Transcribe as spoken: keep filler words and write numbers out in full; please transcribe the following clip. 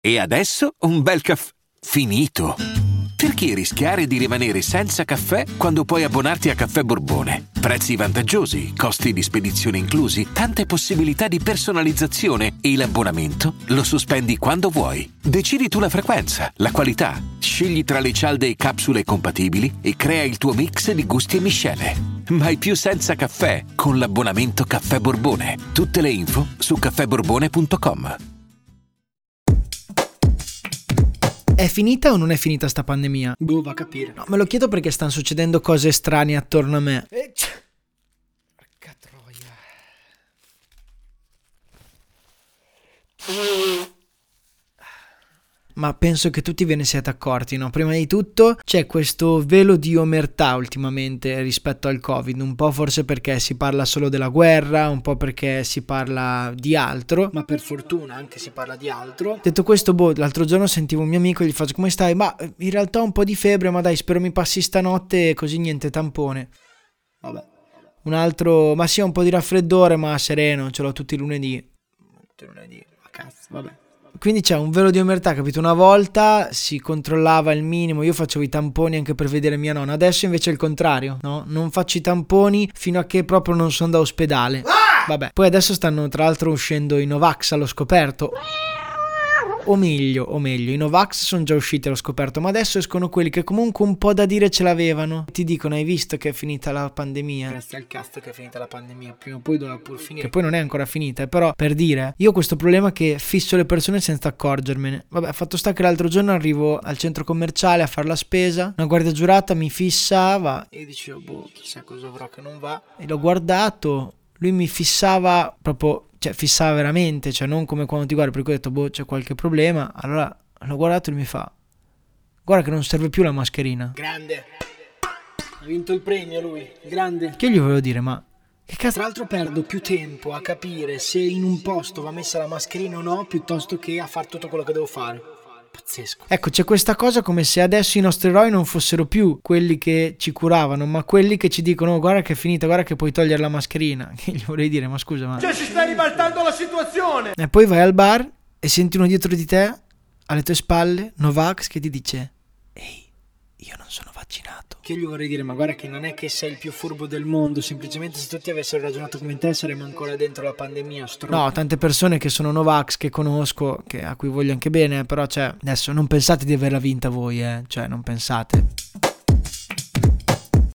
E adesso un bel caffè finito. Perché rischiare di rimanere senza caffè quando puoi abbonarti a Caffè Borbone? Prezzi vantaggiosi, costi di spedizione inclusi, tante possibilità di personalizzazione e l'abbonamento lo sospendi quando vuoi. Decidi tu la frequenza, la qualità, scegli tra le cialde e capsule compatibili e crea il tuo mix di gusti e miscele. Mai più senza caffè con l'abbonamento Caffè Borbone. Tutte le info su caffè borbone punto com. È finita o non è finita sta pandemia? Boh, va a capire. No, me lo chiedo perché stanno succedendo cose strane attorno a me. Eh, porca troia. Ma penso che tutti ve ne siete accorti, no? Prima di tutto c'è questo velo di omertà ultimamente rispetto al Covid, un po' forse perché si parla solo della guerra, un po' perché si parla di altro. Ma per fortuna anche si parla di altro. Detto questo, boh, l'altro giorno sentivo un mio amico e gli faccio: come stai? Ma in realtà ho un po' di febbre, ma dai, spero mi passi stanotte, così niente tampone. Vabbè. Un altro: ma sì, ho un po' di raffreddore, ma sereno, ce l'ho tutti i lunedì. Tutti i lunedì, ma cazzo, vabbè. Quindi c'è un velo di omertà, capito? Una volta si controllava il minimo, io facevo i tamponi anche per vedere mia nonna, adesso invece è il contrario, no? Non faccio i tamponi fino a che proprio non sono da ospedale. Vabbè, poi adesso stanno tra l'altro uscendo i Novax allo scoperto. O meglio, o meglio, i Novax sono già usciti allo scoperto, ma adesso escono quelli che comunque un po' da dire ce l'avevano. Ti dicono: hai visto che è finita la pandemia? Grazie al cazzo che è finita la pandemia, prima o poi doveva pur finire. Che poi non è ancora finita, però per dire, io ho questo problema che fisso le persone senza accorgermene. Vabbè, fatto sta che l'altro giorno arrivo al centro commerciale a fare la spesa, una guardia giurata mi fissava e dicevo: boh, chissà cosa avrò che non va. E l'ho guardato, lui mi fissava proprio, cioè fissava veramente, cioè non come quando ti guardi, per cui ho detto: boh, c'è qualche problema. Allora l'ho guardato e lui mi fa: guarda che non serve più la mascherina. Grande, ha vinto il premio lui, grande. Che io gli volevo dire: ma che cazzo? Tra l'altro perdo più tempo a capire se in un posto va messa la mascherina o no, piuttosto che a fare tutto quello che devo fare. Pazzesco. Ecco, c'è questa cosa come se adesso i nostri eroi non fossero più quelli che ci curavano, ma quelli che ci dicono: oh, guarda che è finita, guarda che puoi togliere la mascherina. Che gli vorrei dire: ma scusa, ma cioè si sta ribaltando la situazione. E poi vai al bar e senti uno dietro di te, alle tue spalle, Novax, che ti dice: ehi, io non sono vaccinato. Che gli vorrei dire: ma guarda che non è che sei il più furbo del mondo, semplicemente se tutti avessero ragionato come te saremmo ancora dentro la pandemia. Stro... No, tante persone che sono Novax, che conosco, che a cui voglio anche bene, però cioè adesso non pensate di averla vinta voi, eh, cioè non pensate.